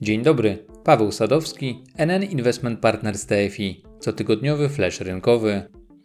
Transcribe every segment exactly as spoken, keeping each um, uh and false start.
Dzień dobry, Paweł Sadowski, N N Investment Partners T F I, cotygodniowy flash rynkowy.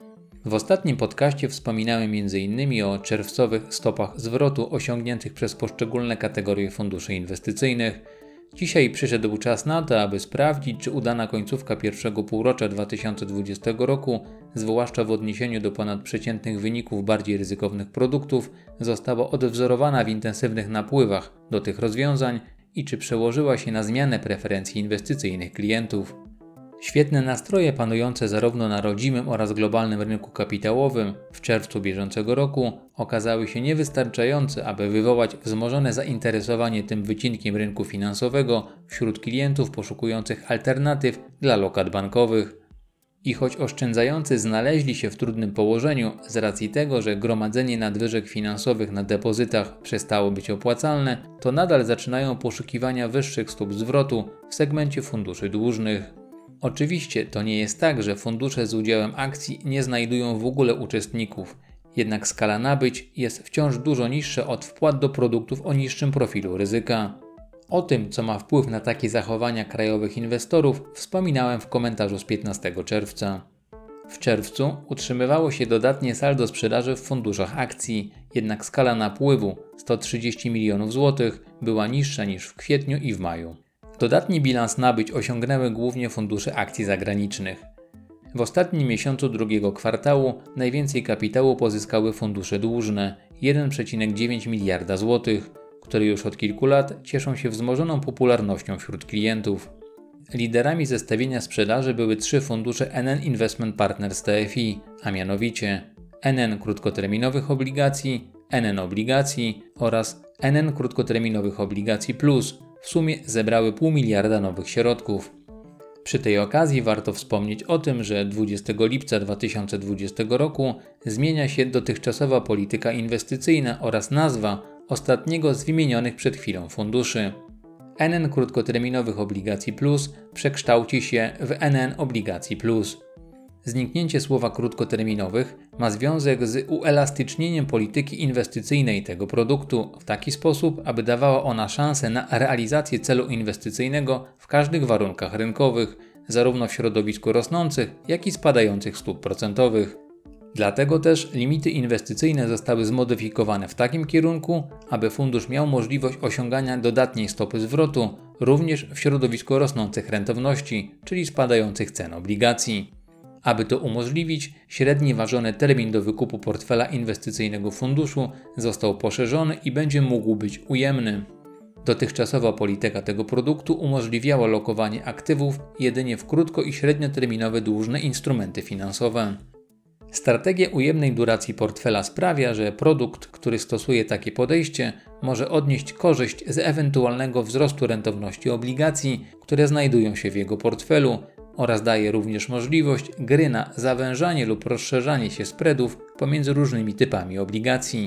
W ostatnim podcaście wspominałem między innymi o czerwcowych stopach zwrotu osiągniętych przez poszczególne kategorie funduszy inwestycyjnych. Dzisiaj przyszedł czas na to, aby sprawdzić, czy udana końcówka pierwszego półrocza dwa tysiące dwudziestego roku, zwłaszcza w odniesieniu do ponadprzeciętnych wyników bardziej ryzykownych produktów, została odwzorowana w intensywnych napływach do tych rozwiązań i czy przełożyła się na zmianę preferencji inwestycyjnych klientów. Świetne nastroje panujące zarówno na rodzimym oraz globalnym rynku kapitałowym w czerwcu bieżącego roku okazały się niewystarczające, aby wywołać wzmożone zainteresowanie tym wycinkiem rynku finansowego wśród klientów poszukujących alternatyw dla lokat bankowych. I choć oszczędzający znaleźli się w trudnym położeniu z racji tego, że gromadzenie nadwyżek finansowych na depozytach przestało być opłacalne, to nadal zaczynają poszukiwania wyższych stóp zwrotu w segmencie funduszy dłużnych. Oczywiście to nie jest tak, że fundusze z udziałem akcji nie znajdują w ogóle uczestników, jednak skala nabyć jest wciąż dużo niższa od wpłat do produktów o niższym profilu ryzyka. O tym, co ma wpływ na takie zachowania krajowych inwestorów, wspominałem w komentarzu z piętnastego czerwca. W czerwcu utrzymywało się dodatnie saldo sprzedaży w funduszach akcji, jednak skala napływu sto trzydzieści milionów złotych była niższa niż w kwietniu i w maju. Dodatni bilans nabyć osiągnęły głównie fundusze akcji zagranicznych. W ostatnim miesiącu drugiego kwartału najwięcej kapitału pozyskały fundusze dłużne jeden przecinek dziewięć miliarda złotych, które już od kilku lat cieszą się wzmożoną popularnością wśród klientów. Liderami zestawienia sprzedaży były trzy fundusze N N Investment Partners T F I, a mianowicie N N krótkoterminowych obligacji, N N obligacji oraz N N krótkoterminowych obligacji plus. W sumie zebrały pół miliarda nowych środków. Przy tej okazji warto wspomnieć o tym, że dwudziestego lipca dwa tysiące dwudziestego roku zmienia się dotychczasowa polityka inwestycyjna oraz nazwa ostatniego z wymienionych przed chwilą funduszy. N N krótkoterminowych obligacji plus przekształci się w N N obligacji plus. Zniknięcie słowa krótkoterminowych ma związek z uelastycznieniem polityki inwestycyjnej tego produktu w taki sposób, aby dawała ona szansę na realizację celu inwestycyjnego w każdych warunkach rynkowych, zarówno w środowisku rosnących, jak i spadających stóp procentowych. Dlatego też limity inwestycyjne zostały zmodyfikowane w takim kierunku, aby fundusz miał możliwość osiągania dodatniej stopy zwrotu również w środowisku rosnących rentowności, czyli spadających cen obligacji. Aby to umożliwić, średni ważony termin do wykupu portfela inwestycyjnego funduszu został poszerzony i będzie mógł być ujemny. Dotychczasowa polityka tego produktu umożliwiała lokowanie aktywów jedynie w krótko- i średnioterminowe dłużne instrumenty finansowe. Strategia ujemnej duracji portfela sprawia, że produkt, który stosuje takie podejście, może odnieść korzyść z ewentualnego wzrostu rentowności obligacji, które znajdują się w jego portfelu, oraz daje również możliwość gry na zawężanie lub rozszerzanie się spreadów pomiędzy różnymi typami obligacji.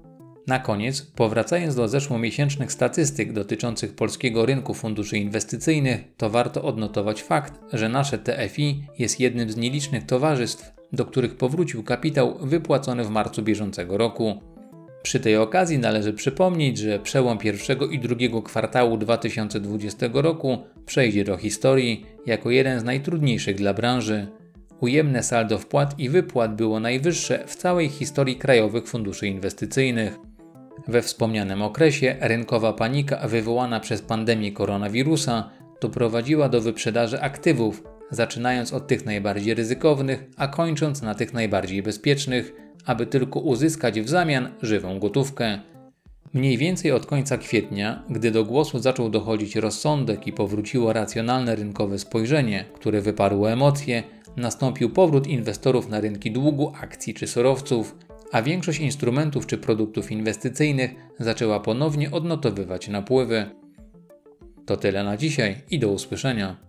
Na koniec, powracając do zeszłomiesięcznych statystyk dotyczących polskiego rynku funduszy inwestycyjnych, to warto odnotować fakt, że nasze T F I jest jednym z nielicznych towarzystw, do których powrócił kapitał wypłacony w marcu bieżącego roku. Przy tej okazji należy przypomnieć, że przełom pierwszego i drugiego kwartału dwa tysiące dwudziestego roku przejdzie do historii jako jeden z najtrudniejszych dla branży. Ujemne saldo wpłat i wypłat było najwyższe w całej historii krajowych funduszy inwestycyjnych. We wspomnianym okresie rynkowa panika wywołana przez pandemię koronawirusa doprowadziła do wyprzedaży aktywów, zaczynając od tych najbardziej ryzykownych, a kończąc na tych najbardziej bezpiecznych, aby tylko uzyskać w zamian żywą gotówkę. Mniej więcej od końca kwietnia, gdy do głosu zaczął dochodzić rozsądek i powróciło racjonalne rynkowe spojrzenie, które wyparło emocje, nastąpił powrót inwestorów na rynki długu, akcji czy surowców, a większość instrumentów czy produktów inwestycyjnych zaczęła ponownie odnotowywać napływy. To tyle na dzisiaj i do usłyszenia.